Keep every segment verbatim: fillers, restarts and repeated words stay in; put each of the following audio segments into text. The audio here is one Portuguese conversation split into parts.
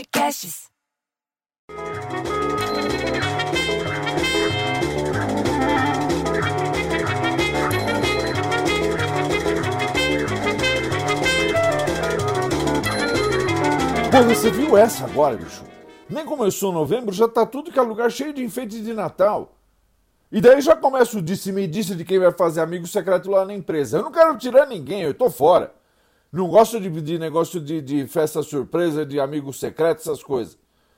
Podcasts. Pô, você viu essa agora, bicho? Nem começou novembro, já tá tudo que é lugar cheio de enfeite de Natal. E daí já começa o disse-me-disse de quem vai fazer amigo secreto lá na empresa. Eu não quero tirar ninguém, eu tô fora. Não gosto de, de negócio de, de festa surpresa, de amigo secreto, essas coisas.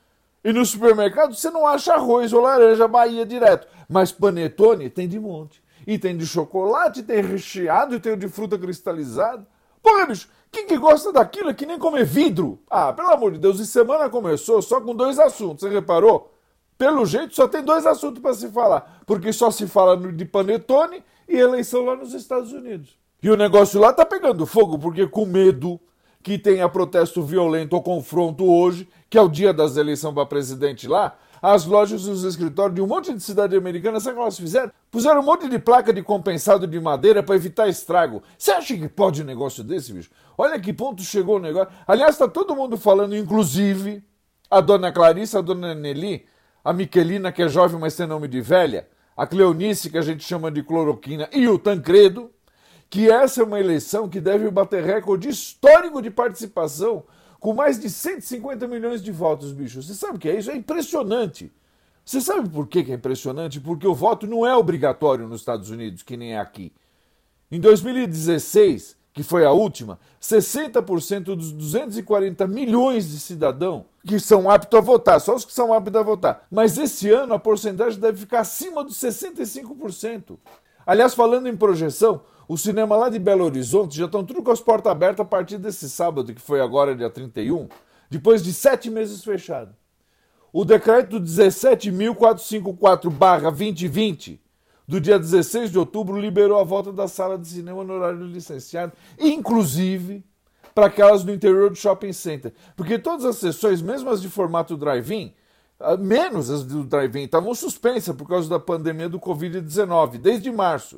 E no supermercado você não acha arroz ou laranja Bahia direto. Mas panetone tem de monte. E tem de chocolate, tem recheado e tem o de fruta cristalizada. Porra, bicho, quem que gosta daquilo é que nem comer vidro. Ah, pelo amor de Deus, e semana começou só com dois assuntos, você reparou? Pelo jeito só tem dois assuntos para se falar. Porque só se fala de panetone e eleição lá nos Estados Unidos. E o negócio lá tá pegando fogo, porque com medo que tenha protesto violento ou confronto hoje, que é o dia das eleições para presidente lá, as lojas e os escritórios de um monte de cidade americana, sabe o que elas fizeram? Puseram um monte de placa de compensado de madeira para evitar estrago. Você acha que pode um negócio desse, bicho? Olha que ponto chegou o negócio. Aliás, tá todo mundo falando, inclusive a dona Clarissa, a dona Nelly, a Miquelina, que é jovem, mas tem nome de velha, a Cleonice, que a gente chama de cloroquina, e o Tancredo, que essa é uma eleição que deve bater recorde histórico de participação, com mais de cento e cinquenta milhões de votos, bicho. Você sabe o que é isso? É impressionante. Você sabe por que é impressionante? Porque o voto não é obrigatório nos Estados Unidos, que nem é aqui. Em dois mil e dezesseis, que foi a última, sessenta por cento dos duzentos e quarenta milhões de cidadãos que são aptos a votar, só os que são aptos a votar. Mas esse ano a porcentagem deve ficar acima dos sessenta e cinco por cento. Aliás, falando em projeção, o cinema lá de Belo Horizonte já estão tudo com as portas abertas a partir desse sábado, que foi agora dia trinta e um, depois de sete meses fechado. O decreto dezessete mil quatrocentos e cinquenta e quatro barra dois mil e vinte, do dia dezesseis de outubro, liberou a volta da sala de cinema no horário licenciado, inclusive para aquelas no interior do shopping center. Porque todas as sessões, mesmo as de formato drive-in, menos as do drive-in, estavam suspensas por causa da pandemia do covid dezenove, desde março.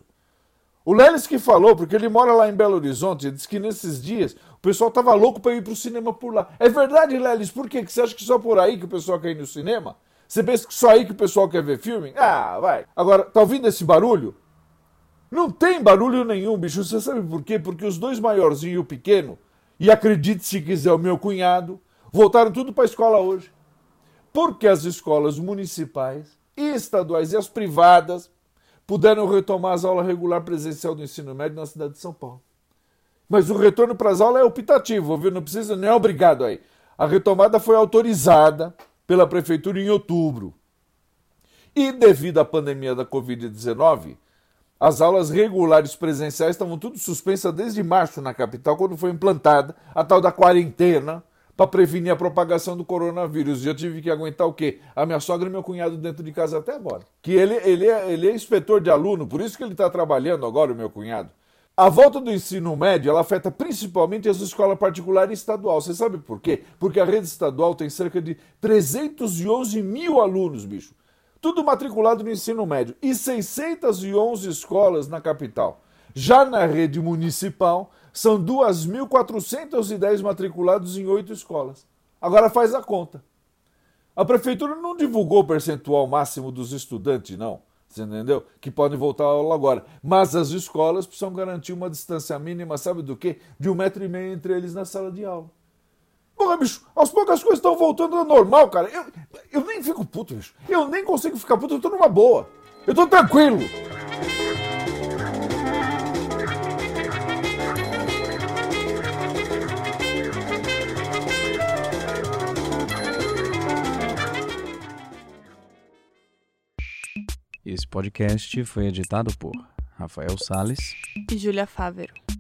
O Lelis que falou, porque ele mora lá em Belo Horizonte, ele disse que nesses dias o pessoal estava louco para ir para o cinema por lá. É verdade, Lelis? Por quê? Que você acha que só por aí que o pessoal quer ir no cinema? Você pensa que só aí que o pessoal quer ver filme? Ah, vai. Agora, tá ouvindo esse barulho? Não tem barulho nenhum, bicho. Você sabe por quê? Porque os dois maiorzinhos e o pequeno, e acredite se quiser o meu cunhado, voltaram tudo para a escola hoje. Porque as escolas municipais e estaduais e as privadas puderam retomar as aulas regular presencial do ensino médio na cidade de São Paulo. Mas o retorno para as aulas é optativo, viu? Não precisa, nem é obrigado aí. A retomada foi autorizada pela prefeitura em outubro. E devido à pandemia da covid dezenove, as aulas regulares presenciais estavam tudo suspensas desde março na capital, quando foi implantada a tal da quarentena para prevenir a propagação do coronavírus. E eu tive que aguentar o quê? A minha sogra e meu cunhado dentro de casa até agora. Que ele, ele, é, ele é inspetor de aluno, por isso que ele está trabalhando agora, o meu cunhado. A volta do ensino médio, ela afeta principalmente as escolas particulares e estadual. Você sabe por quê? Porque a rede estadual tem cerca de trezentos e onze mil alunos, bicho. Tudo matriculado no ensino médio. E seiscentas e onze escolas na capital. Já na rede municipal, são duas mil quatrocentos e dez matriculados em oito escolas. Agora faz a conta. A prefeitura não divulgou o percentual máximo dos estudantes, não. Você entendeu? Que podem voltar à aula agora. Mas as escolas precisam garantir uma distância mínima, sabe do quê? De um metro e meio entre eles na sala de aula. Porra, bicho, aos poucos as coisas estão voltando ao normal, cara. Eu, eu nem fico puto, bicho. Eu nem consigo ficar puto, eu tô numa boa. Eu tô tranquilo. Esse podcast foi editado por Rafael Sales e Júlia Fávero.